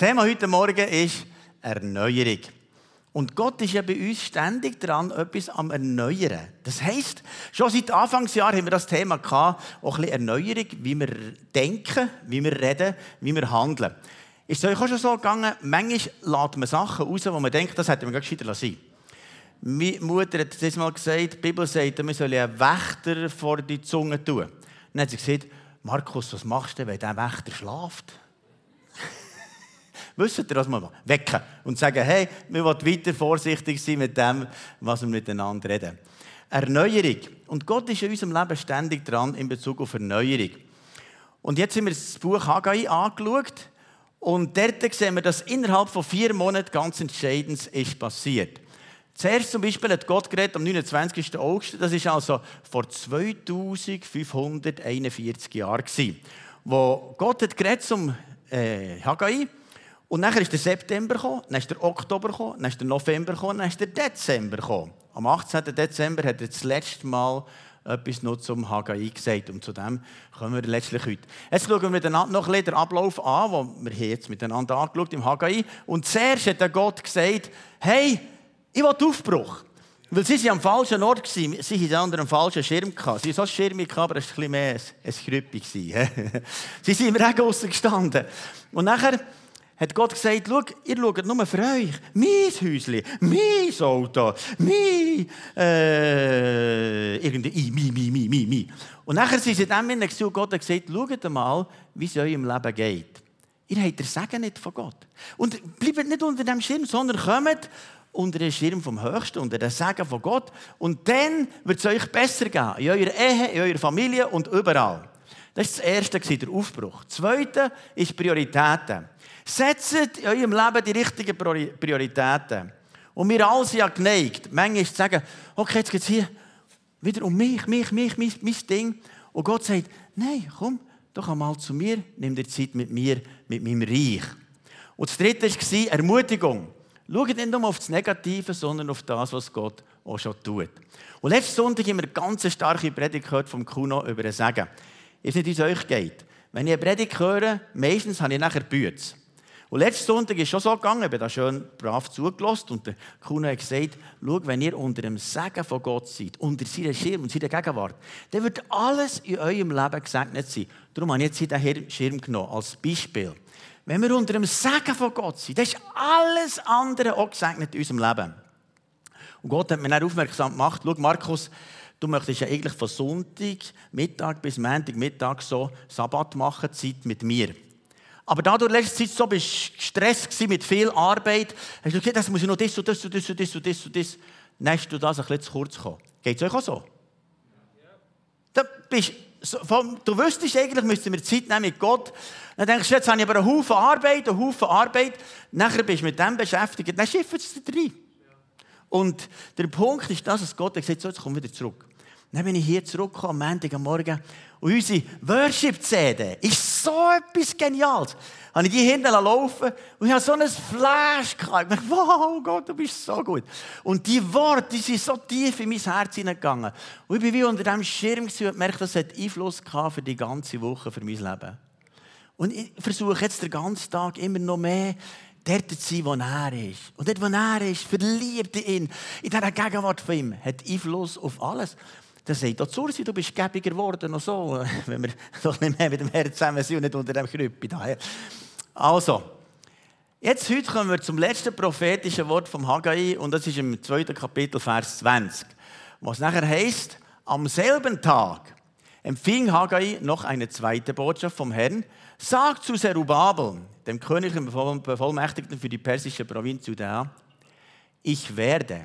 Thema heute Morgen ist Erneuerung. Und Gott ist ja bei uns ständig dran, etwas am Erneuern. Das heisst, schon seit Anfangsjahr haben wir das Thema gehabt, auch ein bisschen Erneuerung, wie wir denken, wie wir reden, wie wir handeln. Ist es euch auch schon so gegangen, manchmal lässt man Sachen raus, wo man denkt, das hätte man gleich gescheiter lassen. Meine Mutter hat das mal gesagt, die Bibel sagt, wir sollen einen Wächter vor die Zunge tun. Dann hat sie gesagt, Markus, was machst du, wenn dieser Wächter schläft? Wisst ihr, was man wecken und sagen, hey, wir wollen weiter vorsichtig sein mit dem, was wir miteinander reden. Erneuerung. Und Gott ist in unserem Leben ständig dran in Bezug auf Erneuerung. Und jetzt haben wir das Buch Haggai angeschaut und dort sehen wir, dass innerhalb von 4 Monaten ganz Entscheidendes ist passiert. Zuerst zum Beispiel hat Gott geredet am 29. August, das war also vor 2541 Jahren, wo Gott hat geredet zum Haggai. Und dann ist der September gekommen, dann ist der Oktober gekommen, dann ist der November gekommen, dann ist der Dezember gekommen. Am 18. Dezember hat er das letzte Mal etwas noch zum Haggai gesagt. Und zu dem kommen wir letztlich heute. Jetzt schauen wir miteinander noch ein bisschen den Ablauf an, den wir jetzt miteinander angeschaut im Haggai. Und zuerst hat Gott gesagt, hey, ich will Aufbruch. Weil sie waren am falschen Ort, sie hatten unter einem falschen Schirm. Sie hatten so einen Schirm, aber es war ein bisschen mehr ein Krüppi. Sie sind im Regen draussen gestanden. Und nachher hat Gott gesagt, schau, ihr schaut nur für euch. Mein Häuschen, mein Auto, mein irgendwie, Und nachher sind sie dann und Gott hat gesagt, schaut mal, wie es eurem Leben geht. Ihr habt den Segen nicht von Gott. Und bleibt nicht unter dem Schirm, sondern kommt unter den Schirm vom Höchsten, unter den Segen von Gott. Und dann wird es euch besser gehen. In eurer Ehe, in eurer Familie und überall. Das ist das Erste, der Aufbruch. Das Zweite ist Prioritäten. Setzt in eurem Leben die richtigen Prioritäten. Und wir alle sind ja geneigt, manchmal zu sagen, okay, jetzt geht es hier wieder um mich, mein Ding. Und Gott sagt, nein, komm doch einmal zu mir, nimm dir Zeit mit mir, mit meinem Reich. Und das Dritte war Ermutigung. Schaut nicht nur auf das Negative, sondern auf das, was Gott auch schon tut. Und letzten Sonntag haben wir eine ganz starke Predigt gehört vom Kuno über den Segen. Ich weiß nicht, wie es euch geht. Wenn ich eine Predigt höre, meistens habe ich nachher Bütze. Und letzten Sonntag ist es schon so gegangen, ich habe da schön brav zugelassen und der Kuno hat gesagt, schau, wenn ihr unter dem Segen von Gott seid, unter seiner Schirm und seiner Gegenwart, dann wird alles in eurem Leben gesegnet sein. Darum habe ich jetzt diesen Schirm genommen, als Beispiel. Wenn wir unter dem Segen von Gott sind, dann ist alles andere auch gesegnet in unserem Leben. Und Gott hat mir dann aufmerksam gemacht, schau Markus, du möchtest ja eigentlich von Sonntag, Mittag bis Montag, Mittag so Sabbat machen, Zeit mit mir. Aber da du in letzter Zeit so gestresst warst mit viel Arbeit, hast du gesagt, das muss ich noch das und das und das und das und das und das. Dann hast du das ein bisschen zu kurz gekommen. Geht es euch auch so? Ja. Du wüsstest eigentlich, müssten wir Zeit nehmen mit Gott. Dann denkst du, jetzt habe ich aber einen Haufen Arbeit. Nachher bist du mit dem beschäftigt. Dann schifft es dir rein. Und der Punkt ist das, dass Gott hat gesagt, so, jetzt komm wieder zurück. Dann bin ich hier zurückgekommen, am Montag am Morgen. Und unsere Worship-CD ist so etwas Geniales. Habe ich die hinten laufen und ich habe so ein Flash gehabt. Ich dachte, wow, Gott, du bist so gut. Und die Worte, die sind so tief in mein Herz hineingegangen. Und ich bin wie unter diesem Schirm und gemerkt, das hat Einfluss gehabt für die ganze Woche, für mein Leben. Und ich versuche jetzt den ganzen Tag immer noch mehr dort zu sein, wo er ist. Und dort, wo er ist, verliebt in ihn, in dieser Gegenwart von ihm, hat Einfluss auf alles. Dann sagt auch Zursi, du bist gäbiger geworden und so, wenn wir doch nicht mehr mit dem Herrn zusammen sind und nicht unter dem Krüppi da. Also, heute kommen wir zum letzten prophetischen Wort vom Haggai und das ist im 2. Kapitel, Vers 20. Was nachher heisst, am selben Tag empfing Haggai noch eine zweite Botschaft vom Herrn, sagt zu Zerubabel, dem königlichen Bevollmächtigten für die persische Provinz Judäa, ich werde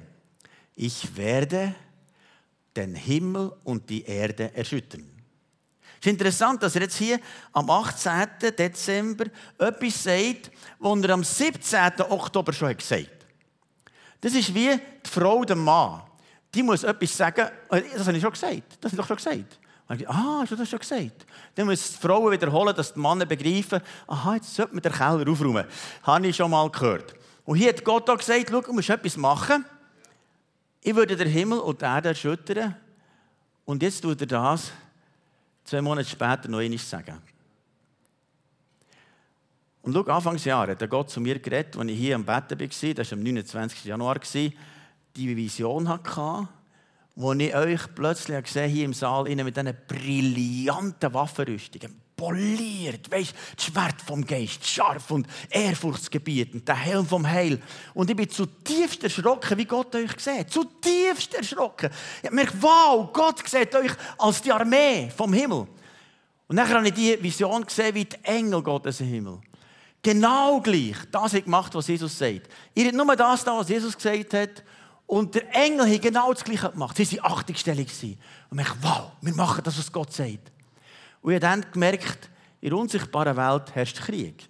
den Himmel und die Erde erschüttern. Es ist interessant, dass er jetzt hier am 18. Dezember etwas sagt, was er am 17. Oktober schon gesagt hat. Das ist wie die Frau dem Mann. Die muss etwas sagen, das habe ich schon gesagt. Das habe ich doch schon gesagt. Hast du das schon gesagt? Dann muss die Frauen wiederholen, dass die Männer begreifen, jetzt sollte man den Keller aufräumen. Das habe ich schon mal gehört. Und hier hat Gott auch gesagt, schau, du musst etwas machen. Ich würde den Himmel und die Erde erschüttern. Und jetzt tut er das 2 Monate später noch einmal sagen. Und schau, Anfangsjahr hat Gott zu mir geredet, als ich hier am Betten war, das war am 29. Januar, die Vision hatte, wo ich euch plötzlich gesehen hier im Saal mit diesen brillanten Waffenrüstungen, poliert, weisst, das Schwert vom Geist, scharf und ehrfurchtsgebietend, der Helm vom Heil. Und ich bin zutiefst erschrocken, wie Gott euch sieht. Zutiefst erschrocken. Ich habe gemerkt, wow, Gott sieht euch als die Armee vom Himmel. Und dann habe ich die Vision gesehen, wie die Engel Gottes im Himmel. Genau gleich, das hat gemacht, was Jesus sagt. Ihr habt nur das da, was Jesus gesagt hat. Und der Engel hat genau das Gleiche gemacht. Sie waren achtungsstellig. Und ich dachte, wow, wir machen das, was Gott sagt. Und ich habe dann gemerkt, in der unsichtbaren Welt herrscht Krieg.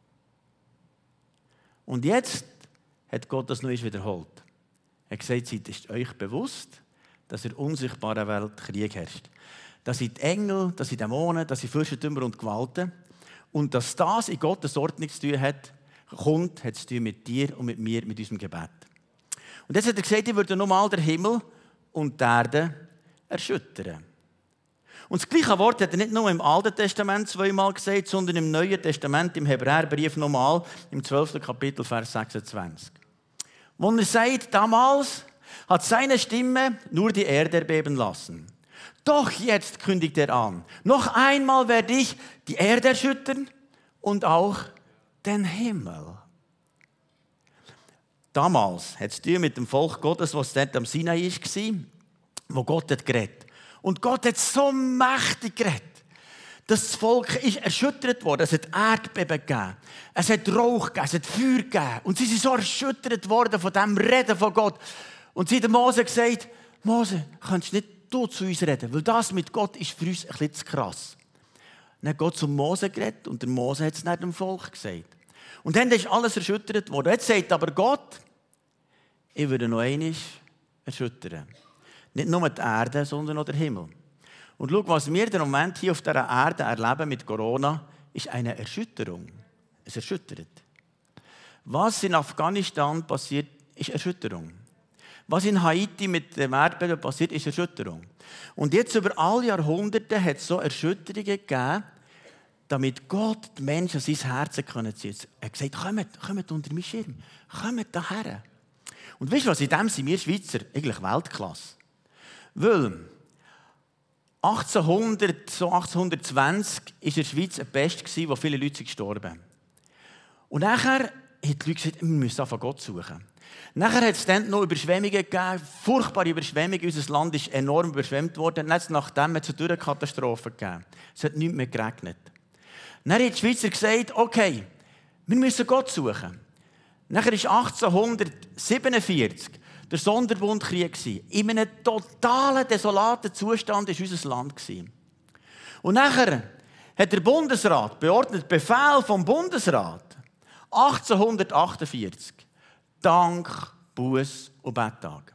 Und jetzt hat Gott das noch einmal wiederholt. Er hat gesagt, seid ist euch bewusst, dass in der unsichtbaren Welt Krieg herrscht. Das sind die Engel, das sind Dämonen, das sind Fürstentümer und Gewalten. Und dass das in Gottes Ordnung zu tun hat, hat es zu tun mit dir und mit mir, mit unserem Gebet. Und jetzt hat er gesagt, ich würde nochmal den Himmel und die Erde erschüttern. Und das gleiche Wort hat er nicht nur im Alten Testament zweimal gesagt, sondern im Neuen Testament, im Hebräerbrief nochmal, im 12. Kapitel, Vers 26. Wo er sagt, damals hat seine Stimme nur die Erde erbeben lassen. Doch jetzt kündigt er an, noch einmal werde ich die Erde erschüttern und auch den Himmel. Damals hat es mit dem Volk Gottes, was dort am Sinai war, wo Gott hat geredet. Und Gott hat so mächtig geredet, dass das Volk ist erschüttert wurde. Es hat Erdbeben gegeben, es hat Rauch gegeben, es hat Feuer gegeben. Und sie sind so erschüttert worden von dem Reden von Gott. Und sie haben Mose gesagt, Mose, kannst du nicht du zu uns reden? Weil das mit Gott ist für uns ein bisschen zu krass. Dann hat Gott zu Mose geredet und der Mose hat es nicht dem Volk gesagt. Und dann ist alles erschüttert worden. Jetzt sagt aber Gott, ich würde noch einmal erschüttern. Nicht nur die Erde, sondern auch der Himmel. Und schau, was wir im Moment hier auf dieser Erde erleben mit Corona, ist eine Erschütterung. Es erschüttert. Was in Afghanistan passiert, ist Erschütterung. Was in Haiti mit dem Erdbeben passiert, ist Erschütterung. Und jetzt über alle Jahrhunderte hat es so Erschütterungen gegeben, damit Gott die Menschen an sein Herz ziehen können. Er hat gesagt, kommt unter meinen Schirm, kommt daher. Und weißt du was, in dem sind wir Schweizer eigentlich Weltklasse. Weil 1820 war in der Schweiz eine Pest, wo viele Leute gestorben sind. Und nachher haben die Leute gesagt, wir müssen anfangen Gott suchen. Nachher hat es dann noch Überschwemmungen gegeben, furchtbare Überschwemmungen. Unser Land ist enorm überschwemmt worden. Nachdem hat es eine Dürrekatastrophe gegeben. Es hat nichts mehr geregnet. Dann haben die Schweizer gesagt, okay, wir müssen Gott suchen. Nachher war 1847 der Sonderbundkrieg. In einem totalen, desolaten Zustand war unser Land. Und nachher hat der Bundesrat beordnet, Befehl vom Bundesrat, 1848, Dank, Buß und Betttag.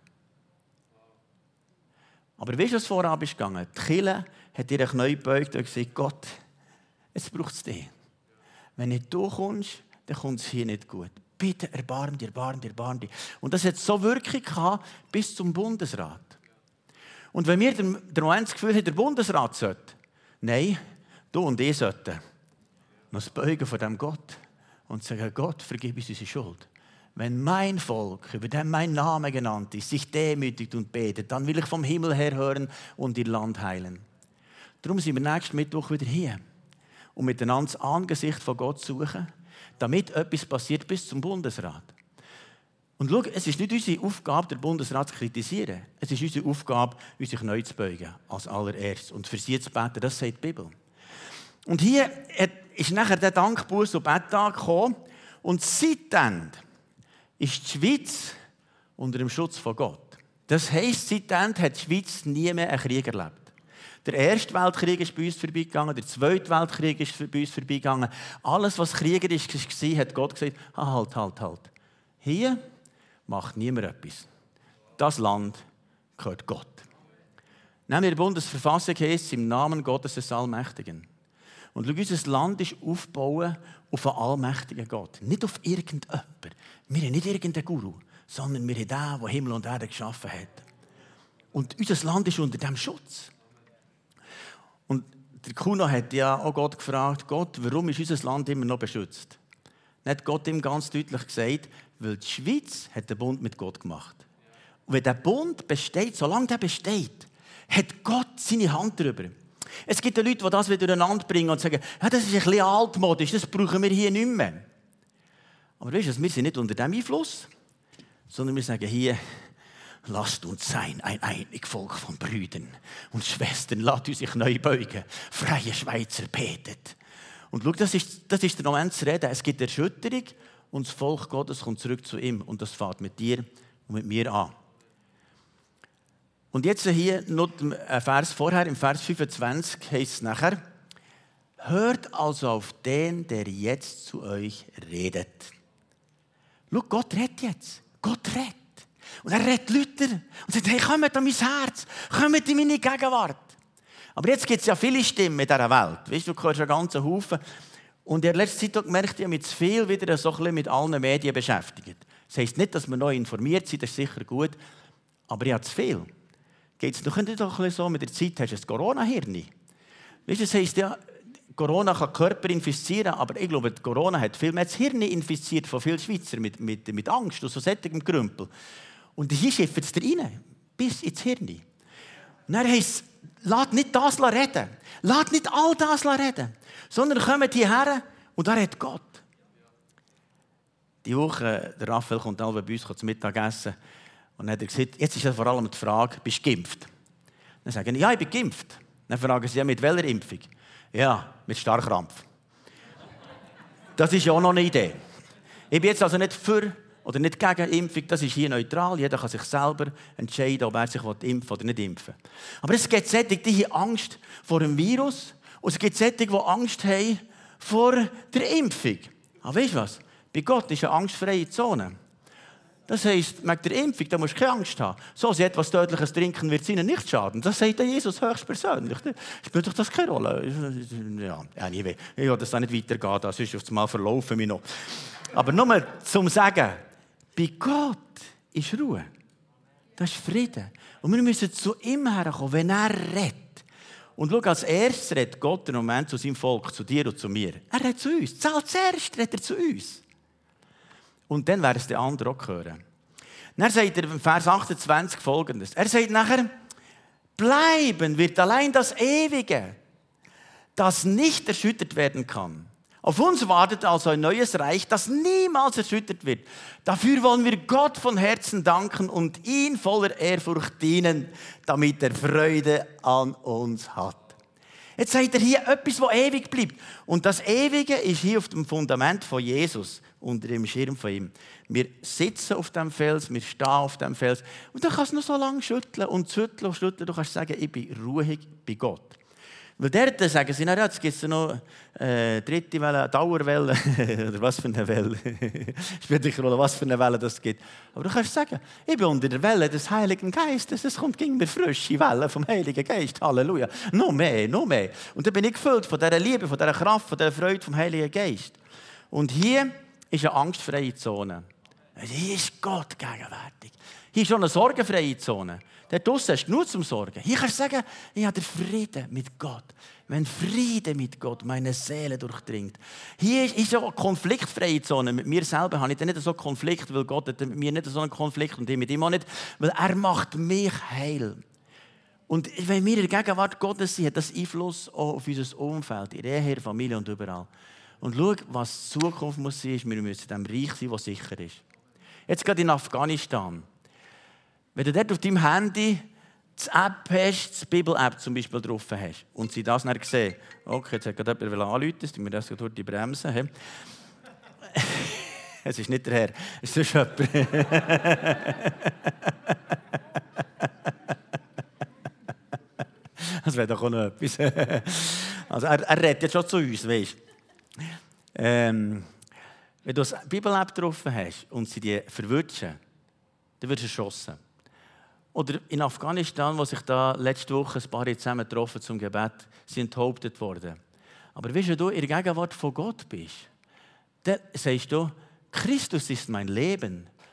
Aber weißt du, was vorab ist gegangen? Die Kirche hat ihre Knie gebeugt und gesagt, Gott, jetzt braucht es dich. Wenn nicht du kommst, dann kommt es hier nicht gut. Bitte erbarm dir, erbarm dir, erbarm dir. Und das hat so Wirkung gehabt bis zum Bundesrat. Und wenn wir der Moment das Gefühl haben, der Bundesrat sollte, nein, du und ich sollten noch das Beugen von diesem Gott und sagen, Gott, vergib uns unsere Schuld. Wenn mein Volk, über dem mein Name genannt ist, sich demütigt und betet, dann will ich vom Himmel her hören und ihr Land heilen. Darum sind wir nächsten Mittwoch wieder hier, um miteinander das Angesicht von Gott zu suchen, damit etwas passiert bis zum Bundesrat. Und schau, es ist nicht unsere Aufgabe, den Bundesrat zu kritisieren. Es ist unsere Aufgabe, uns sich neu zu beugen, als allererstes. Und für sie zu beten, das sagt die Bibel. Und hier ist nachher der Dank, Buß und Betttag gekommen. Und seitdem ist die Schweiz unter dem Schutz von Gott. Das heisst, seitdem hat die Schweiz nie mehr einen Krieg erlebt. Der Erste Weltkrieg ist bei uns vorbeigegangen, der Zweite Weltkrieg ist bei uns vorbeigegangen. Alles, was kriegerisch war, hat Gott gesagt, halt. Hier macht niemand etwas. Das Land gehört Gott. Nämlich in der Bundesverfassung heisst es im Namen Gottes des Allmächtigen. Und schau, unser Land ist aufgebaut auf einen allmächtigen Gott. Nicht auf irgendjemanden. Wir haben nicht irgendeinen Guru, sondern wir haben den, der Himmel und Erde geschaffen hat. Und unser Land ist unter diesem Schutz. Und der Kuno hat ja auch Gott gefragt, Gott, warum ist unser Land immer noch beschützt? Dann hat Gott ihm ganz deutlich gesagt, weil die Schweiz hat den Bund mit Gott gemacht. Und wenn der Bund besteht, solange der besteht, hat Gott seine Hand drüber. Es gibt Leute, die das wieder durcheinander bringen und sagen, ja, das ist ein bisschen altmodisch, das brauchen wir hier nicht mehr. Aber weißt du, wir sind nicht unter dem Einfluss, sondern wir sagen hier, lasst uns sein, ein einig Volk von Brüdern und Schwestern, lasst uns sich neu beugen. Freie Schweizer betet. Und schau, das ist der Moment zu reden. Es gibt Erschütterung und das Volk Gottes kommt zurück zu ihm. Und das fängt mit dir und mit mir an. Und jetzt hier noch ein Vers vorher, im Vers 25 heißt es nachher, hört also auf den, der jetzt zu euch redet. Schau, Gott redet jetzt. Gott redet. Und er redet Leute und sagt, hey, kommt an mein Herz, kommt in meine Gegenwart. Aber jetzt gibt es ja viele Stimmen in dieser Welt. Weißt, du hörst einen ganzen Haufen. Und in der letzten Zeit habe ich gemerkt, ich habe mich zu viel wieder so ein bisschen mit allen Medien beschäftigt. Das heisst nicht, dass wir neu informiert sind, das ist sicher gut, aber ich habe zu viel. Geht's doch nicht doch ein bisschen so, mit der Zeit hast du ein Corona-Hirn. Weißt du, das heisst ja, Corona kann den Körper infizieren, aber ich glaube, Corona hat viel mehr das Hirn infiziert von vielen Schweizern mit Angst und so sättigem Krümpel. Und hier schifft es rein, bis ins Hirn. Und dann heisst es, lasst nicht das reden. Lasst nicht all das reden. Sondern kommt hierher und da redet Gott. Die Woche, der Raphael kommt alle bei uns zum Mittagessen. Und dann hat er gesagt, jetzt ist ja vor allem die Frage, bist du geimpft? Dann sagen sie, ja, ich bin geimpft. Dann fragen sie, ja, mit welcher Impfung? Ja, mit Starrkrampf. Das ist ja auch noch eine Idee. Ich bin jetzt also nicht für oder nicht gegen Impfung, das ist hier neutral. Jeder kann sich selber entscheiden, ob er sich impfen oder nicht impfen will. Aber es gibt solche, die haben Angst vor dem Virus und es gibt solche, die Angst haben vor der Impfung. Aber weißt du was? Bei Gott ist eine angstfreie Zone. Das heisst, mit der Impfung, da musst du keine Angst haben. So etwas Tödliches trinken wird ihnen nicht schaden. Das sagt Jesus höchstpersönlich. Spielt doch das keine Rolle? Ja, anyway. Ich will das auch nicht weitergehen, das ist auf einmal verlaufen mich noch. Aber nur zum Sagen, bei Gott ist Ruhe. Das ist Frieden. Und wir müssen zu ihm herkommen, wenn er redet. Und schau, als erstes redet Gott im Moment zu seinem Volk, zu dir und zu mir. Er redet zu uns. Zuerst redet er zu uns. Und dann werden es die anderen auch hören. Dann sagt er im Vers 28 Folgendes. Er sagt nachher, bleiben wird allein das Ewige, das nicht erschüttert werden kann. Auf uns wartet also ein neues Reich, das niemals erschüttert wird. Dafür wollen wir Gott von Herzen danken und ihn voller Ehrfurcht dienen, damit er Freude an uns hat. Jetzt sagt er hier etwas, das ewig bleibt. Und das Ewige ist hier auf dem Fundament von Jesus, unter dem Schirm von ihm. Wir sitzen auf dem Fels, wir stehen auf dem Fels. Und du kannst noch so lange schütteln und schütteln und schütteln. Du kannst sagen, ich bin ruhig bei Gott. Weil dort sagen sie, na ja, jetzt gibt es noch dritte Welle, Dauerwelle, oder was für eine Welle. Spielt nicht eine Rolle, was für eine Welle das gibt. Aber du kannst sagen, ich bin unter der Welle des Heiligen Geistes, es kommt gegen mir frische Welle vom Heiligen Geist, Halleluja. Noch mehr, noch mehr. Und dann bin ich gefüllt von dieser Liebe, von dieser Kraft, von dieser Freude vom Heiligen Geist. Und hier ist eine angstfreie Zone. Hier ist Gott gegenwärtig. Hier ist schon eine sorgenfreie Zone. Dort draussen hast du nur zum Sorgen. Hier kannst du sagen, ich habe den Frieden mit Gott. Wenn Friede mit Gott meine Seele durchdringt. Hier ist so eine konfliktfreie Zone. Mit mir selber habe ich nicht so einen Konflikt, weil Gott hat mit mir nicht so einen Konflikt und ich mit ihm auch nicht, weil er macht mich heil. Und wenn wir in der Gegenwart Gottes sind, hat das Einfluss auch auf unser Umfeld, in der Ehe, Familie und überall. Und schau, was die Zukunft muss sein, ist, wir müssen in dem Reich sein, das sicher ist. Jetzt gerade in Afghanistan. Wenn du dort auf deinem Handy die App hast, die Bibel-App zum Beispiel drauf hast, und sie das dann sehen, okay, jetzt hat gerade jemand anrufen, jetzt tun wir das durch die Bremse. Hey. Es ist nicht der Herr, es ist jemand. Das wäre doch auch noch etwas. Also er redet jetzt schon zu uns, weißt du. Wenn du eine Bibel-App drauf hast und sie die verwünschen, dann wirst du erschossen. Oder in Afghanistan, wo sich da letzte Woche ein paar zusammen getroffen zum Gebet, sind enthauptet worden. Aber wenn du in der Gegenwart von Gott bist, dann sagst du, Christus ist mein Leben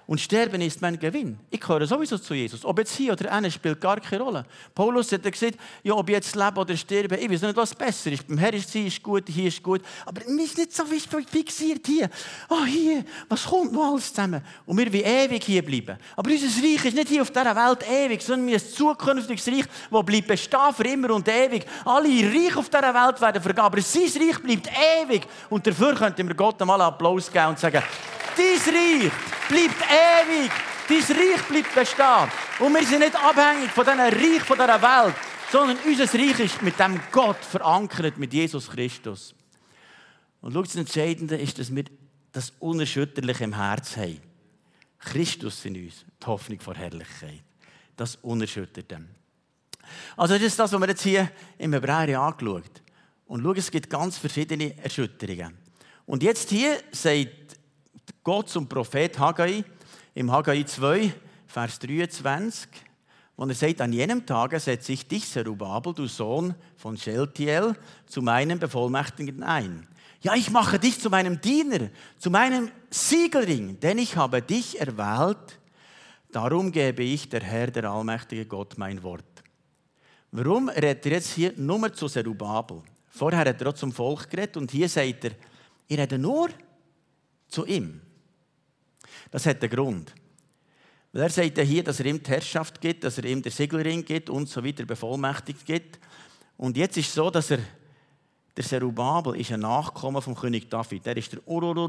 Und Sterben ist mein Gewinn. Ich gehöre sowieso zu Jesus. Ob jetzt hier oder einer spielt gar keine Rolle. Paulus hat gesagt, ja, ob ich jetzt lebe oder sterbe, ich weiß nicht, was besser ist. Beim Herrn ist es gut, hier ist gut. Aber mir ist nicht so fixiert hier. Oh, hier, was kommt noch alles zusammen? Und wir wollen ewig hier bleiben. Aber unser Reich ist nicht hier auf dieser Welt ewig, sondern wir haben ein zukünftiges Reich, das bleibt bestehen für immer und ewig. Alle Reiche auf dieser Welt werden vergeben, aber sein Reich bleibt ewig. Und dafür könnten wir Gott einmal einen Applaus geben und sagen, dein Reich bleibt ewig. Dein Reich bleibt bestehen. Und wir sind nicht abhängig von diesem Reich, von dieser Welt, sondern unser Reich ist mit dem Gott verankert, mit Jesus Christus. Und schau, das Entscheidende ist, dass wir das Unerschütterliche im Herz haben. Christus in uns, die Hoffnung vor Herrlichkeit. Das Unerschütterte. Also das ist das, was wir jetzt hier im Hebräer angeschaut haben. Und schau, es gibt ganz verschiedene Erschütterungen. Und jetzt hier sagt Gott zum Prophet Haggai, im Haggai 2, Vers 23, wo er sagt, an jenem Tage setze ich dich, Zerubabel, du Sohn von Shealtiel, zu meinem Bevollmächtigten ein. Ja, ich mache dich zu meinem Diener, zu meinem Siegelring, denn ich habe dich erwählt. Darum gebe ich, der Herr, der allmächtige Gott, mein Wort. Warum redet er jetzt hier nur zu Zerubabel? Vorher hat er auch zum Volk geredet und hier sagt er, ich rede nur zu ihm. Das hat einen Grund. Weil er sagt ja hier, dass er ihm die Herrschaft gibt, dass er ihm den Siegelring gibt und so weiter bevollmächtigt gibt. Und jetzt ist es so, dass der Zerubabel ist ein Nachkommen vom König David. Er ist der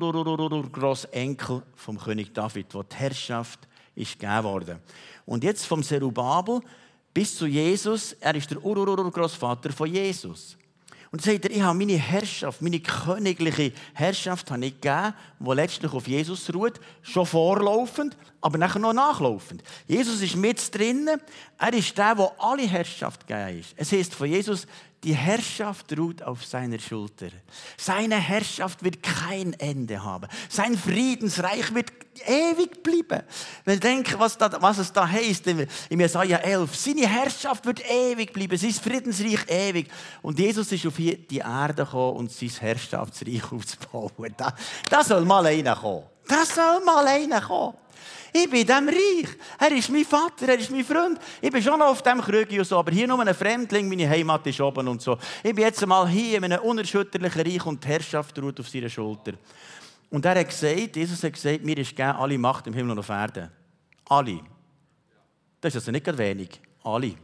Grossenkel vom König David, wo die Herrschaft ist gegeben worden. Und jetzt vom Zerubabel bis zu Jesus, er ist der Großvater von Jesus. Und er sagt, ich habe meine Herrschaft, meine königliche Herrschaft habe ich gegeben, die letztlich auf Jesus ruht, schon vorlaufend, aber nachher noch nachlaufend. Jesus ist mit drinnen, er ist der, der alle Herrschaft gegeben ist. Es heisst von Jesus, die Herrschaft ruht auf seiner Schulter. Seine Herrschaft wird kein Ende haben. Sein Friedensreich wird ewig bleiben. Wenn ich denke, was es da heisst, im Jesaja 11, seine Herrschaft wird ewig bleiben, sein Friedensreich ewig. Und Jesus ist auf die Erde gekommen, um sein Herrschaftsreich aufzubauen. Das soll mal einer kommen. Das soll mal einer kommen. Ich bin in diesem Reich. Er ist mein Vater, er ist mein Freund. Ich bin schon noch auf diesem Krüge und so, aber hier nur ein Fremdling, meine Heimat ist oben und so. Ich bin jetzt einmal hier in einem unerschütterlichen Reich und die Herrschaft ruht auf seiner Schulter. Und er hat gesagt, Jesus hat gesagt, mir ist gegeben alle Macht im Himmel und auf Erden. Alle. Das ist also nicht gerade wenig. Alle.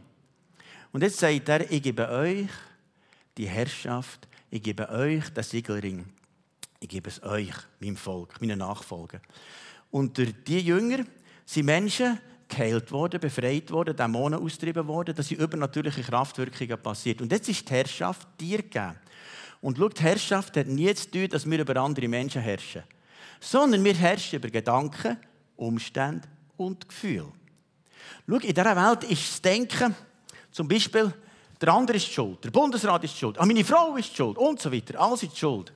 Und jetzt sagt er, ich gebe euch die Herrschaft, ich gebe euch den Siegelring. Ich gebe es euch, meinem Volk, meinen Nachfolgern. Und durch die Jünger sind Menschen geheilt worden, befreit worden, Dämonen austrieben worden, dass sind übernatürliche Kraftwirkungen passiert. Und jetzt ist die Herrschaft dir gegeben. Und schau, die Herrschaft hat nie zu tun, dass wir über andere Menschen herrschen. Sondern wir herrschen über Gedanken, Umstände und Gefühle. Schau, in dieser Welt ist das Denken, zum Beispiel, der andere ist schuld, der Bundesrat ist schuld, meine Frau ist schuld und so weiter. Alles ist schuld.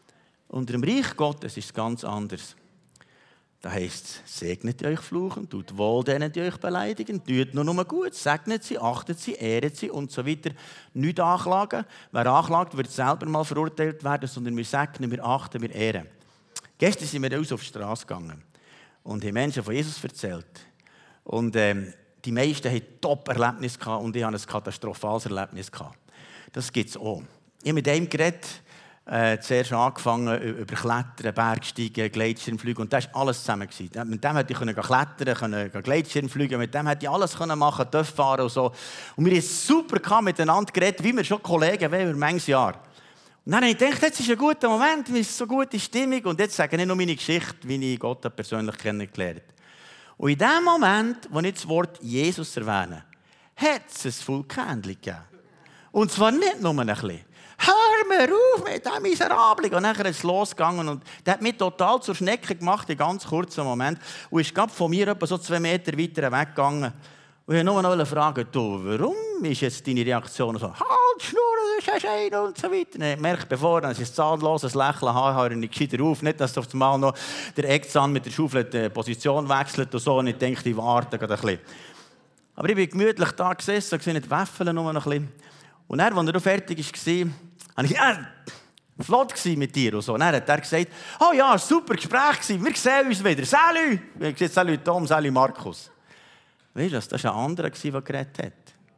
Unter dem Reich Gottes ist es ganz anders. Da heisst es, segnet euch fluchen, tut wohl denen, die euch beleidigen, tut nur gut, segnet sie, achtet sie, ehret sie und so weiter. Nicht anklagen. Wer anklagt, wird selber mal verurteilt werden, sondern wir segnen, wir achten, wir ehren. Gestern sind wir raus auf die Straße gegangen und haben Menschen von Jesus erzählt. Und die meisten hatten Top-Erlebnisse gehabt und ich hatte ein katastrophales Erlebnis gehabt. Das gibt es auch. Ich habe mit einem geredet, zuerst angefangen über Klettern, Bergsteigen, Gleitschirmfliegen und das war alles zusammen. Mit dem hätte ich klettern, Gleitschirmfliegen, mit dem hätte ich alles machen, Töff fahren und so. Und wir haben super miteinander geredet, wie wir schon Kollegen waren über manches Jahr. Und dann habe ich gedacht, jetzt ist ein guter Moment, es ist so eine gute Stimmung und jetzt sage ich nicht nur meine Geschichte, wie ich Gott persönlich kennengelernt habe. Und in dem Moment, wo ich das Wort Jesus erwähne, hat es ein Vulkan gegeben. Und zwar nicht nur ein bisschen. Hör mir auf mit diesem Miserablen. Und dann ist es losgegangen und der hat mich total zur Schnecke gemacht, in ganz kurzen Moment. Und ist gerade von mir etwa so 2 Meter weiter weggegangen. Und ich wollte nur noch fragen, du, warum ist jetzt deine Reaktion so, halt, Schnurren, das ist ein und so weiter. Und ich merke, bevor dann ist ein zahnloses Lächeln, höre ich nicht gescheiter auf. Nicht, dass auf einmal noch der Eckzahn mit der Schaufel die Position wechselt und so. Und ich denke, ich warte gerade ein bisschen. Aber ich bin gemütlich da gesessen, gesehen, die Waffeln nur noch ein bisschen. Und dann, als er fertig war, habe ich gesagt, flott mit dir und so. Dann hat er gesagt, oh ja, super Gespräch gewesen, wir sehen uns wieder. Salü! Wir haben gesagt, Salü Tom, Salü Markus. Weißt du, das war ein anderer, der geredet hat.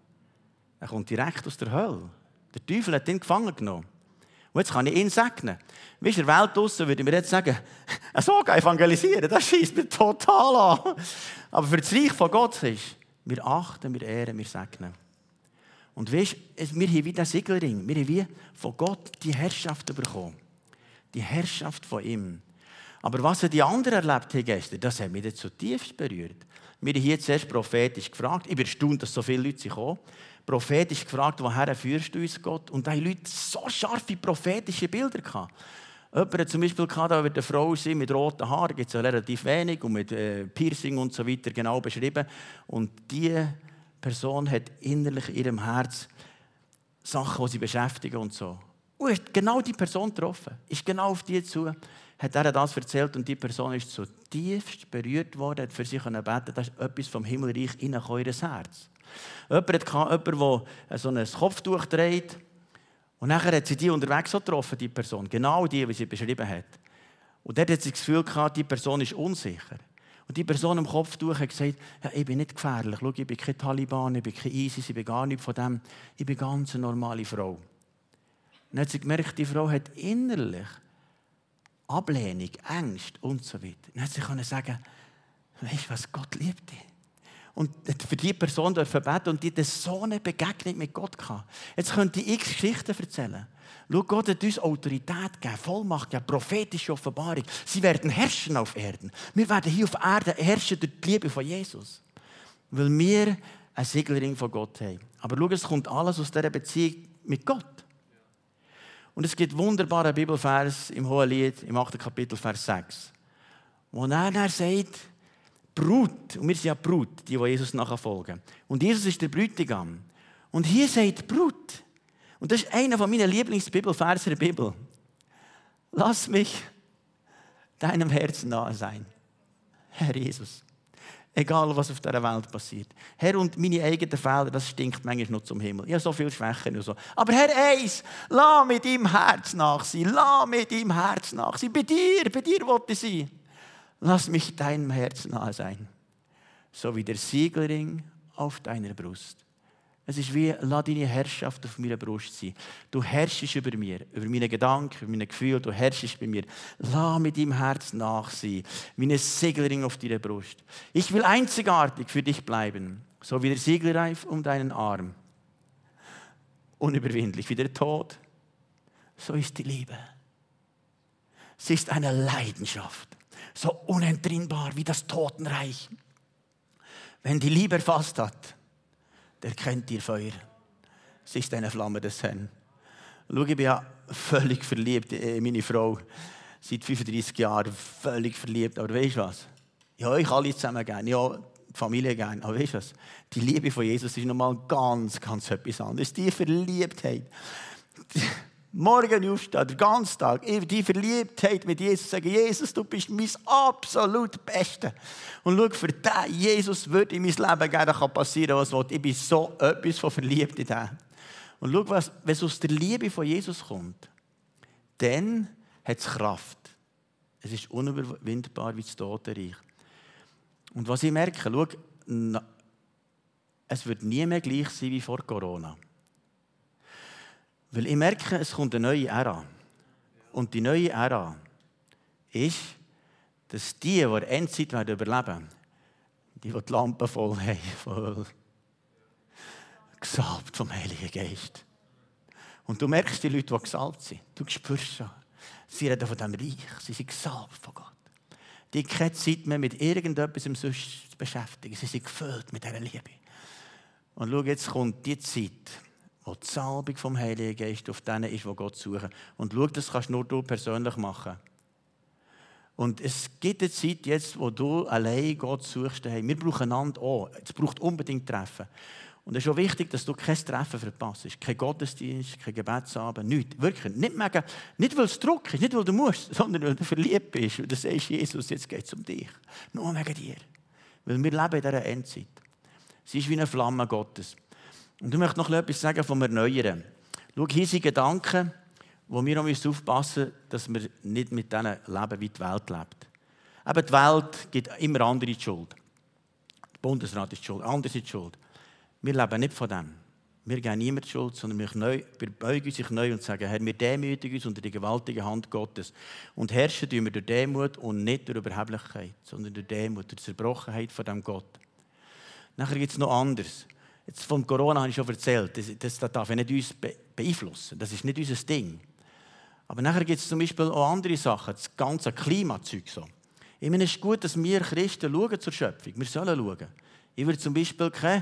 Er kommt direkt aus der Hölle. Der Teufel hat ihn gefangen genommen. Und jetzt kann ich ihn segnen. Weißt du, in der Welt draussen würde ich mir jetzt sagen, so evangelisieren, das schießt mir total an. Aber für das Reich von Gott ist, wir achten, wir ehren, wir segnen. Und weißt du, wir haben wie den Siegelring, wir haben wie von Gott die Herrschaft bekommen. Die Herrschaft von ihm. Aber was die anderen erlebt haben gestern, das hat mich dann zutiefst berührt. Wir haben hier zuerst prophetisch gefragt. Ich bin erstaunt, dass so viele Leute kommen. Prophetisch gefragt, woher führst du uns, Gott? Und da haben Leute so scharfe prophetische Bilder gehabt. Jemand hat zum Beispiel gehabt, da wird eine Frau sein mit roten Haaren, da gibt es ja relativ wenig, und mit Piercing und so weiter genau beschrieben. Und diese Person hat innerlich in ihrem Herz Sachen, die sie beschäftigen und so. Und ist genau die Person getroffen, ist genau auf die zu, hat er das erzählt und die Person ist zutiefst berührt worden, hat für sie beten, dass etwas vom Himmelreich hineinkommt in ihr Herz. Jemand der so ein Kopftuch trägt und nachher hat sie die unterwegs so getroffen, die Person, genau die sie beschrieben hat. Und dort hat sie das Gefühl gehabt, die Person ist unsicher. Und die Person im Kopftuch hat gesagt, ja, ich bin nicht gefährlich, schau, ich bin kein Taliban, ich bin kein ISIS, ich bin gar nichts von dem, ich bin ganz eine normale Frau. Und dann hat sie gemerkt, die Frau hat innerlich Ablehnung, Ängste und so weiter. Dann hat sie sagen, weißt du was, Gott liebt dich. Und für diese Person dürfen beten und die hat so eine Begegnung mit Gott gehabt. Jetzt könnte ich x Geschichten erzählen. Schau, Gott hat uns Autorität gegeben, Vollmacht gegeben, prophetische Offenbarung. Sie werden herrschen auf Erden. Wir werden hier auf Erden herrschen durch die Liebe von Jesus. Weil wir einen Siegelring von Gott haben. Aber schau, es kommt alles aus dieser Beziehung mit Gott. Und es gibt wunderbare Bibelvers im Hohelied, im 8. Kapitel, Vers 6. Wo er sagt, Brut, und wir sind ja Brut, die Jesus nachfolgen. Und Jesus ist der Bräutigam. Und hier sagt Brut, und das ist einer meiner Lieblingsbibelverse der Bibel. Lass mich deinem Herzen nahe sein, Herr Jesus. Egal, was auf dieser Welt passiert. Herr, und meine eigenen Fehler, das stinkt manchmal noch zum Himmel. Ich habe so viele Schwächen und so. Aber Herr, eins, lass mit deinem Herz nach sein. Lass mit deinem Herz nach sein. Bei dir wollte ich sein. Lass mich deinem Herzen nahe sein. So wie der Siegelring auf deiner Brust. Es ist wie, lass deine Herrschaft auf meiner Brust sein. Du herrschst über mir, über meine Gedanken, über meine Gefühle, du herrschst bei mir. Lass mit deinem Herz nach sein, wie ein Siegelring auf deiner Brust. Ich will einzigartig für dich bleiben, so wie der Siegelreif um deinen Arm. Unüberwindlich wie der Tod, so ist die Liebe. Sie ist eine Leidenschaft, so unentrinnbar wie das Totenreich. Wenn die Liebe erfasst hat, der kennt ihr Feuer. Sie ist eine Flamme des Herrn. Schau, ich bin ja völlig verliebt in meine Frau. Seit 35 Jahren völlig verliebt. Aber weißt du was? Ja, euch alle zusammen gerne. Ja, die Familie gerne. Aber weißt du was? Die Liebe von Jesus ist nochmal ganz, ganz etwas anderes. Die Verliebtheit. Morgen aufstehen, den ganzen Tag, die Verliebtheit mit Jesus, sagen, Jesus, du bist mein absolut Beste. Und schau, für den Jesus würde in mein Leben gerne passieren, was will. Ich bin so etwas von verliebt in den. Und schau, wenn es aus der Liebe von Jesus kommt, dann hat es Kraft. Es ist unüberwindbar wie das Totenreich. Und was ich merke, schau, es wird nie mehr gleich sein wie vor Corona. Weil ich merke, es kommt eine neue Ära. Und die neue Ära ist, dass die Endzeit werden überleben, die Lampen voll haben, voll gesalbt vom Heiligen Geist. Und du merkst die Leute, die gesalbt sind. Du spürst schon. Sie reden von dem Reich. Sie sind gesalbt von Gott. Die haben keine Zeit mehr mit irgendetwas zu beschäftigen. Sie sind gefüllt mit dieser Liebe. Und schau, jetzt kommt die Zeit, wo die Salbung vom Heiligen Geist auf denen ist, die Gott suchen. Und schau, das kannst nur du persönlich machen. Und es gibt eine Zeit jetzt, wo du allein Gott suchst. Hey, wir brauchen einander auch. Es braucht unbedingt Treffen. Und es ist auch wichtig, dass du kein Treffen verpasst. Kein Gottesdienst, kein Gebetsabend, nichts. Wirklich. Nicht weil es Druck ist, nicht weil du musst, sondern weil du verliebt bist. Und du sagst, Jesus, jetzt geht es um dich. Nur wegen dir. Weil wir leben in dieser Endzeit. Sie ist wie eine Flamme Gottes. Und ich möchte noch etwas sagen vom Erneuern. Schau, hier sind Gedanken, wo wir auch aufpassen müssen, dass wir nicht mit denen leben, wie die Welt lebt. Eben die Welt gibt immer andere die Schuld. Der Bundesrat ist die Schuld, andere sind die Schuld. Wir leben nicht von dem. Wir geben niemand die Schuld, sondern wir beugen uns neu und sagen, Herr, wir demütigen uns unter die gewaltige Hand Gottes. Und herrschen tun wir durch Demut und nicht durch Überheblichkeit, sondern durch Demut, durch Zerbrochenheit von diesem Gott. Nachher gibt es noch anderes. Jetzt von Corona habe ich schon erzählt. Das darf nicht uns beeinflussen. Das ist nicht unser Ding. Aber nachher gibt es zum Beispiel auch andere Sachen. Das ganze Klimazeug so. Ich meine, es ist gut, dass wir Christen schauen zur Schöpfung. Wir sollen schauen. Ich würde zum Beispiel keine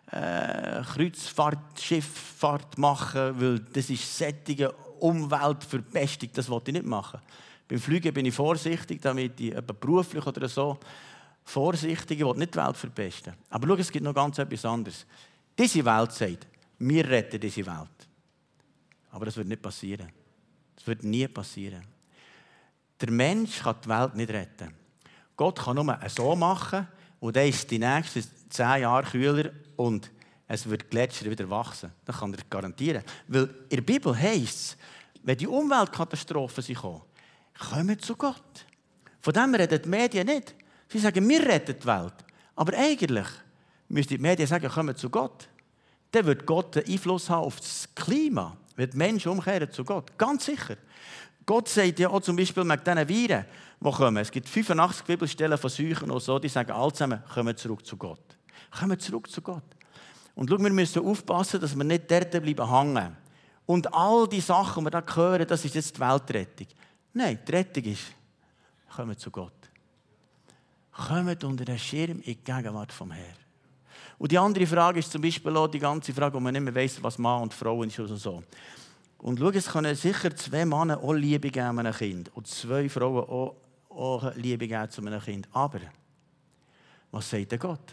Kreuzfahrt machen, weil das ist sättige Umweltverpestung. Das wollte ich nicht machen. Beim Fliegen bin ich vorsichtig, damit ich beruflich oder so vorsichtig, ich will nicht die Welt verpesten. Aber schau, es gibt noch ganz etwas anderes. Diese Welt sagt, wir retten diese Welt. Aber das wird nicht passieren. Das wird nie passieren. Der Mensch kann die Welt nicht retten. Gott kann nur so machen und dann ist die nächsten 10 Jahre kühler und es wird Gletscher wieder wachsen. Das kann ich garantieren. Weil in der Bibel heisst es, wenn die Umweltkatastrophen kommen, kommen zu Gott. Von dem reden die Medien nicht. Sie sagen, wir retten die Welt. Aber eigentlich müssten die Medien sagen, kommen zu Gott. Dann wird Gott einen Einfluss haben auf das Klima. Wenn die Menschen umkehren zu Gott. Ganz sicher. Gott sagt ja auch zum Beispiel mit diesen Viren, die kommen. Es gibt 85 Bibelstellen von Seuchen und so, die sagen alle zusammen, kommen zurück zu Gott. Kommen zurück zu Gott. Und schau, wir müssen aufpassen, dass wir nicht dort bleiben hängen. Und all die Sachen, die wir da hören, das ist jetzt die Weltrettung. Nein, die Rettung ist, kommen zu Gott. Kommt unter den Schirm in die Gegenwart vom Herrn. Und die andere Frage ist zum Beispiel auch die ganze Frage, wo man nicht mehr weiss, was Mann und Frau ist oder so. Und schau, es können sicher 2 Männer auch Liebe geben an einem Kind und 2 Frauen auch Liebe geben zu einem Kind. Aber, was sagt der Gott?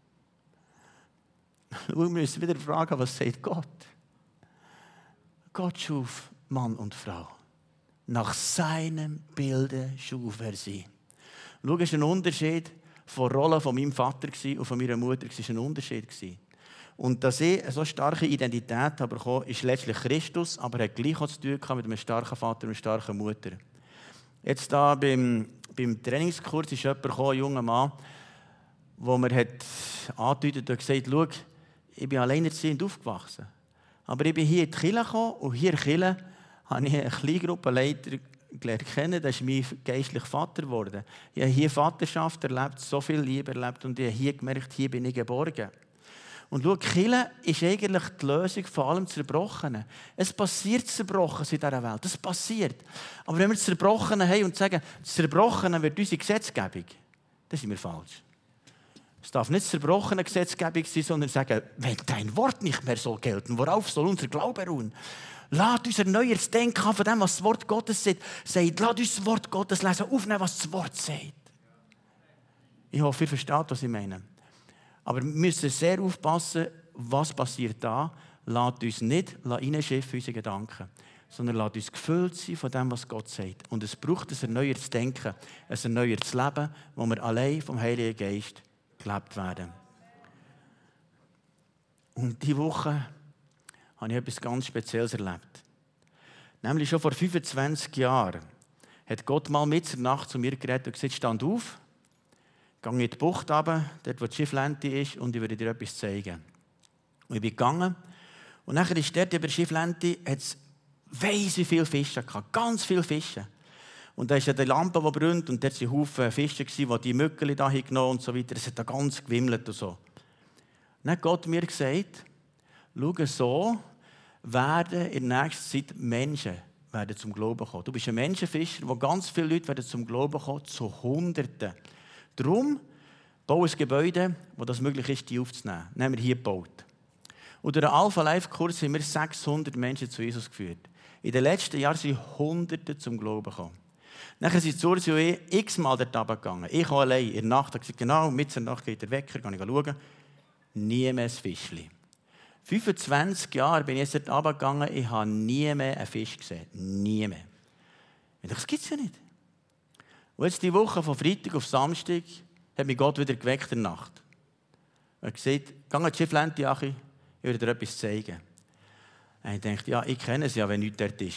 Wir müssen wieder fragen, was sagt Gott? Gott schuf Mann und Frau. Nach seinem Bilde schuf er sie. Schau, es ist ein Unterschied von der Rolle von meinem Vater und von meiner Mutter. Es war ein Unterschied. Und dass ich eine so starke Identität bekommen habe, ist letztlich Christus, aber hat gleich auch zu tun mit einem starken Vater und einer starken Mutter. Jetzt da beim Trainingskurs ist jemand gekommen, ein junger Mann, wo mir hat angedeutet und gesagt, schau, ich bin alleinerziehend aufgewachsen. Aber ich bin hier in die Kirche gekommen und hier in der Kirche habe ich einen Kleingruppenleiter gelernt kennen, das ist mein geistlicher Vater geworden. Ich habe hier Vaterschaft erlebt, so viel Liebe erlebt und ich habe hier gemerkt, hier bin ich geborgen. Und schau, Kirche ist eigentlich die Lösung von allem Zerbrochenen. Es passiert Zerbrochenes in dieser Welt, das passiert. Aber wenn wir Zerbrochene haben und sagen, das Zerbrochene wird unsere Gesetzgebung, dann sind wir falsch. Es darf nicht zerbrochene Gesetzgebung sein, sondern sagen, wenn dein Wort nicht mehr soll gelten, worauf soll unser Glaube ruhen? Lass uns erneuern das Denken von dem, was das Wort Gottes sagt. Lass uns das Wort Gottes lesen, aufnehmen, was das Wort sagt. Ich hoffe, ihr versteht, was ich meine. Aber wir müssen sehr aufpassen, was passiert da. Lasst uns nicht reinschiffen in unsere Gedanken, sondern lasst uns gefüllt sein von dem, was Gott sagt. Und es braucht ein erneuertes Denken, ein erneuertes Leben, wo wir allein vom Heiligen Geist gelebt werden. Und diese Woche habe ich etwas ganz Spezielles erlebt. Nämlich schon vor 25 Jahren hat Gott mal mitten in der Nacht zu mir geredet und gesagt, stand auf, geh in die Bucht runter, dort wo die Schifflente ist, und ich werde dir etwas zeigen. Und ich bin gegangen und nachher ist dort über die Schifflente, hat es weiss wie viele Fische gehabt, ganz viele Fische. Und da ist ja die Lampe, die brennt, und dort waren Haufen Fische, die die Mückeli da genommen und so weiter. Es hat da ganz gewimmelt und so. Dann hat Gott mir gesagt, schau, so werden in der nächsten Zeit Menschen zum Glauben kommen. Du bist ein Menschenfischer, wo ganz viele Leute werden zum Glauben kommen, zu Hunderten. Darum baue ein Gebäude, wo das möglich ist, die aufzunehmen. Das haben wir hier gebaut. Und durch den Alpha-Life-Kurs haben wir 600 Menschen zu Jesus geführt. In den letzten Jahren sind Hunderte zum Glauben gekommen. Nachher sind Sursi und ich x-mal dort runtergegangen. Ich auch allein. In der Nacht habe ich gesagt, genau, mitten in der Nacht geht der Wecker, kann ich schauen. Nie mehr ein Fischchen. 25 Jahre bin ich jetzt dort runtergegangen, ich habe nie mehr einen Fisch gesehen. Nie mehr. Das gibt es ja nicht. Und jetzt die Woche von Freitag auf Samstag hat mich Gott wieder geweckt in der Nacht. Er hat gesagt, geh an die Schifflente, Achi, ich will dir etwas zeigen. Und ich dachte, ja, ich kenne es ja, wenn nichts dort ist.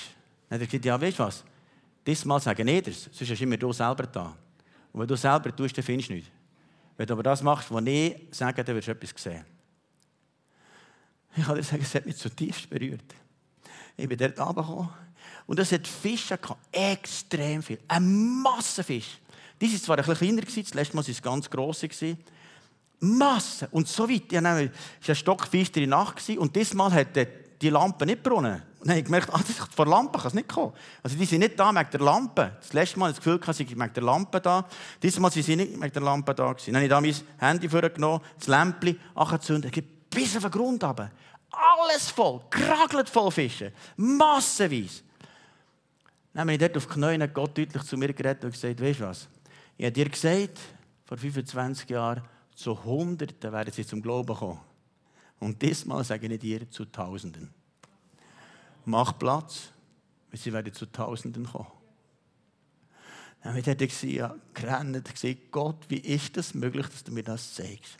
Dann hat er gesagt, ja, weißt du was? Diesmal sagen nicht das, sonst hast du immer du selber da. Und wenn du selber tust, dann findest du nichts. Wenn du aber das machst, was ich sage, dann wirst du etwas sehen. Ich kann dir sagen, es hat mich zutiefst berührt. Ich bin dort runtergekommen und es hat Fische gehabt, extrem viel. Eine Masse Fisch. Die waren zwar ein bisschen kleiner, das letzte Mal waren es ganz grosse. Masse. Und so weit. Es war eine stockfeistere Nacht und diesmal hat die Lampe nicht gebrannt. Und dann habe ich gemerkt, vor der Lampe kann es nicht kommen. Also die sind nicht da wegen der Lampe. Das letzte Mal hatte ich das Gefühl, sie sind wegen der Lampe da. Diesmal sind sie nicht wegen der Lampe da. Dann habe ich da mein Handy vorgenommen, das Lämpchen angezündet, bis auf den Grund runter. Alles voll, geragelt voll Fische. Massenweise. Dann habe ich dort auf die Knie und Gott deutlich zu mir geredet und gesagt, weißt du was? Ich habe dir gesagt, vor 25 Jahren, zu Hunderten werden sie zum Glauben kommen. Und diesmal sage ich dir zu Tausenden. Mach Platz, weil sie werden zu Tausenden kommen. Dann habe ich dort gerannt und gesagt, Gott, wie ist das möglich, dass du mir das zeigst?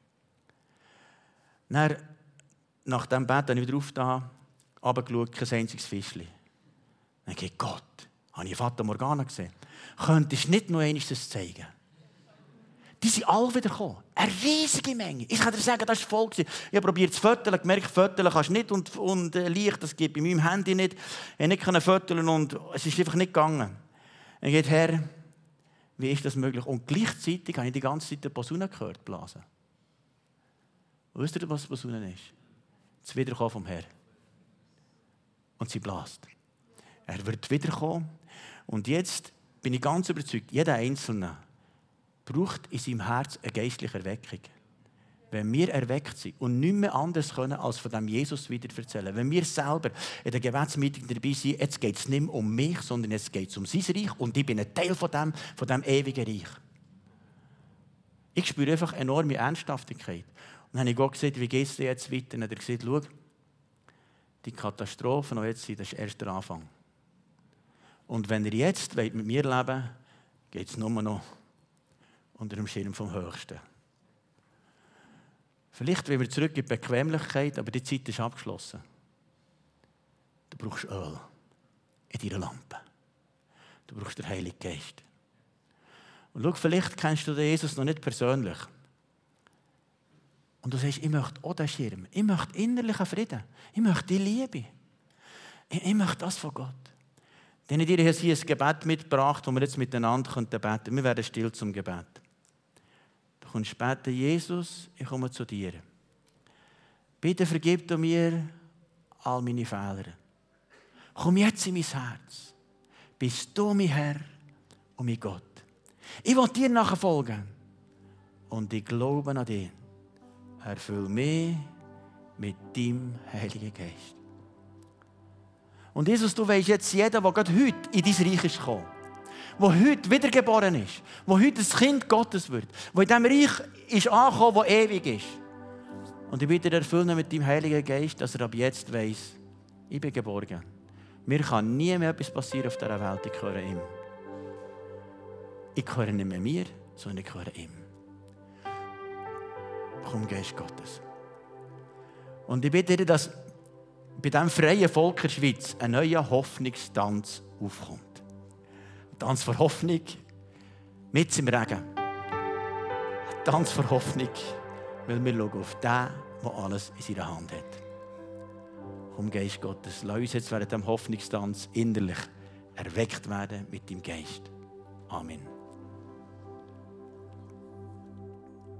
Dann, nach dem Bett habe ich wieder aufgetan, runtergeschaut, kein einziges Fischchen. Dann habe ich gesagt, Gott, habe ich Fata Morgana gesehen? Könntest du nicht noch einmal das zeigen? Die sind alle wieder gekommen. Eine riesige Menge. Ich kann dir sagen, das war voll. Ich habe probiert zu fotografieren, gemerkt, fotografieren kannst du nicht und Licht, das geht bei meinem Handy nicht. Ich konnte nicht fotografieren und es ist einfach nicht gegangen. Ich dachte, Herr, wie ist das möglich? Und gleichzeitig habe ich die ganze Zeit die Posaune gehört blasen. Wisst ihr, was Posaune ist? Das Wiederkommen vom Herrn. Und sie blast. Er wird wiederkommen. Und jetzt bin ich ganz überzeugt, jeder Einzelne braucht in seinem Herz eine geistliche Erweckung. Wenn wir erweckt sind und nicht mehr anders können, als von dem Jesus wieder erzählen. Wenn wir selber in der Gebetsmeeting dabei sind, jetzt geht es nicht mehr um mich, sondern jetzt geht es um sein Reich und ich bin ein Teil von dem ewigen Reich. Ich spüre einfach enorme Ernsthaftigkeit. Und dann habe ich Gott gesagt, wie geht es dir jetzt weiter? Und dann hat er gesagt, schau, die Katastrophen, die jetzt sind, das ist erst der Anfang. Und wenn ihr jetzt mit mir leben wollt, geht es nur noch unter dem Schirm vom Höchsten. Vielleicht wollen wir zurück in die Bequemlichkeit, aber die Zeit ist abgeschlossen. Du brauchst Öl in deiner Lampe. Du brauchst den Heiligen Geist. Und schau, vielleicht kennst du den Jesus noch nicht persönlich. Und du sagst, ich möchte auch den Schirm. Ich möchte innerlichen Frieden. Ich möchte die Liebe. Ich möchte das von Gott. Dann habe ich dir hier ein Gebet mitgebracht, das wir jetzt miteinander beten können. Wir werden still zum Gebet. Du kommst beten, Jesus, ich komme zu dir. Bitte vergib du mir all meine Fehler. Komm jetzt in mein Herz. Bist du mein Herr und mein Gott. Ich will dir nachfolgen. Und ich glaube an dich. Erfüll mich mit deinem Heiligen Geist. Und Jesus, du weisst jetzt jeder, der gerade heute in dein Reich ist gekommen, der heute wiedergeboren ist, der heute ein Kind Gottes wird, der in diesem Reich ist angekommen, das ewig ist. Und ich bitte dir, erfüllen mit deinem Heiligen Geist, dass er ab jetzt weiss, ich bin geborgen. Mir kann nie mehr etwas passieren auf dieser Welt, ich gehöre ihm. Ich gehöre nicht mehr mir, sondern ich gehöre ihm. Komm, Geist Gottes. Und ich bitte dir, dass bei diesem freien Volk der Schweiz ein neuer Hoffnungstanz aufkommt. Ein Tanz vor Hoffnung, mit im Regen. Ein Tanz vor Hoffnung, weil wir schauen auf den, der alles in seiner Hand hat. Komm, Geist Gottes, lass uns jetzt während dem Hoffnungstanz innerlich erweckt werden mit dem Geist. Amen.